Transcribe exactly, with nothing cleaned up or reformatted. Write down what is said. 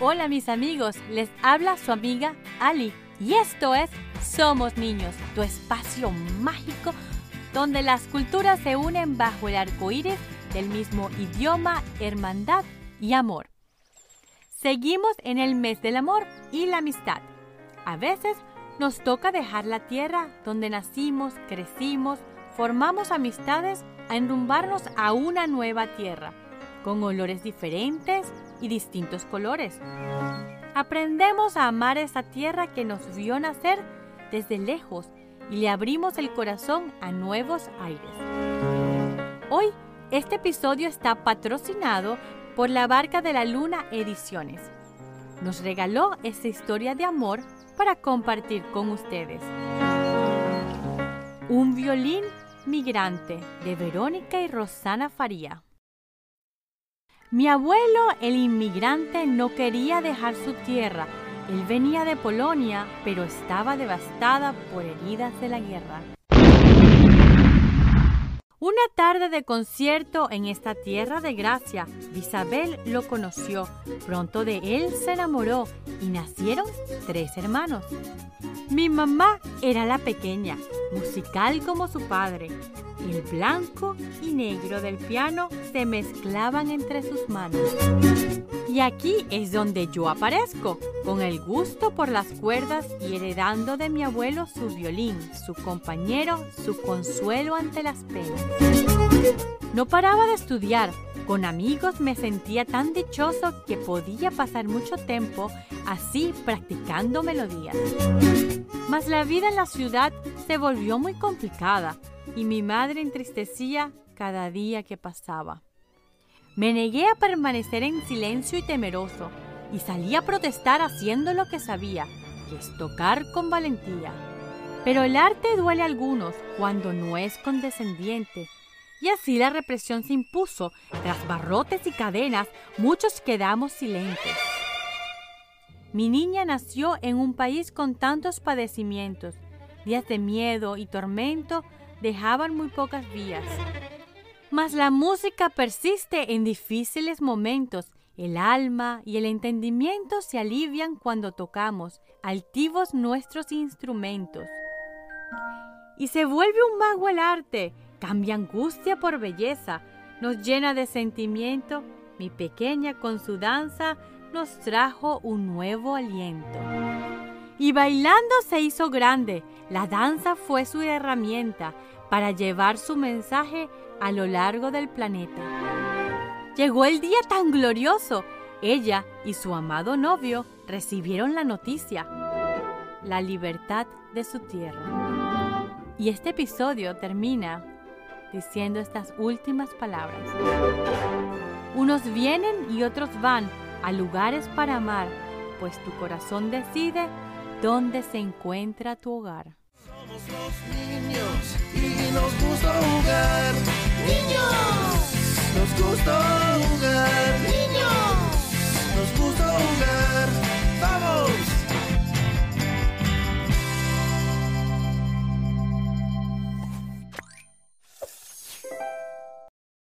Hola mis amigos, les habla su amiga Ali y esto es Somos Niños, tu espacio mágico donde las culturas se unen bajo el arco iris del mismo idioma, hermandad y amor. Seguimos en el mes del amor y la amistad. A veces nos toca dejar la tierra donde nacimos, crecimos, formamos amistades a enrumbarnos a una nueva tierra, con olores diferentes y distintos colores. Aprendemos a amar esa tierra que nos vio nacer desde lejos y le abrimos el corazón a nuevos aires. Hoy, este episodio está patrocinado por la Barca de la Luna Ediciones. Nos regaló esta historia de amor para compartir con ustedes. Un violín migrante de Verónica y Rosana Faría. Mi abuelo, el inmigrante, no quería dejar su tierra. Él venía de Polonia, pero estaba devastada por heridas de la guerra. Una tarde de concierto en esta tierra de gracia, Isabel lo conoció. Pronto de él se enamoró y nacieron tres hermanos. Mi mamá era la pequeña, musical como su padre. El blanco y negro del piano se mezclaban entre sus manos. Y aquí es donde yo aparezco, con el gusto por las cuerdas y heredando de mi abuelo su violín, su compañero, su consuelo ante las penas. No paraba de estudiar. Con amigos me sentía tan dichoso que podía pasar mucho tiempo así practicando melodías. Mas la vida en la ciudad se volvió muy complicada y mi madre entristecía cada día que pasaba. Me negué a permanecer en silencio y temeroso y salí a protestar haciendo lo que sabía, que es tocar con valentía. Pero el arte duele a algunos cuando no es condescendiente. Y así la represión se impuso. Tras barrotes y cadenas, muchos quedamos silentes. Mi niña nació en un país con tantos padecimientos. Días de miedo y tormento dejaban muy pocas vías. Mas la música persiste en difíciles momentos. El alma y el entendimiento se alivian cuando tocamos altivos nuestros instrumentos. Y se vuelve un mago el arte. Cambia angustia por belleza, nos llena de sentimiento. Mi pequeña con su danza nos trajo un nuevo aliento. Y bailando se hizo grande, la danza fue su herramienta para llevar su mensaje a lo largo del planeta. Llegó el día tan glorioso, ella y su amado novio recibieron la noticia, la libertad de su tierra. Y este episodio termina diciendo estas últimas palabras. Unos vienen y otros van a lugares para amar, pues tu corazón decide dónde se encuentra tu hogar. Somos los niños y nos gusta jugar. Niños, nos gusta jugar.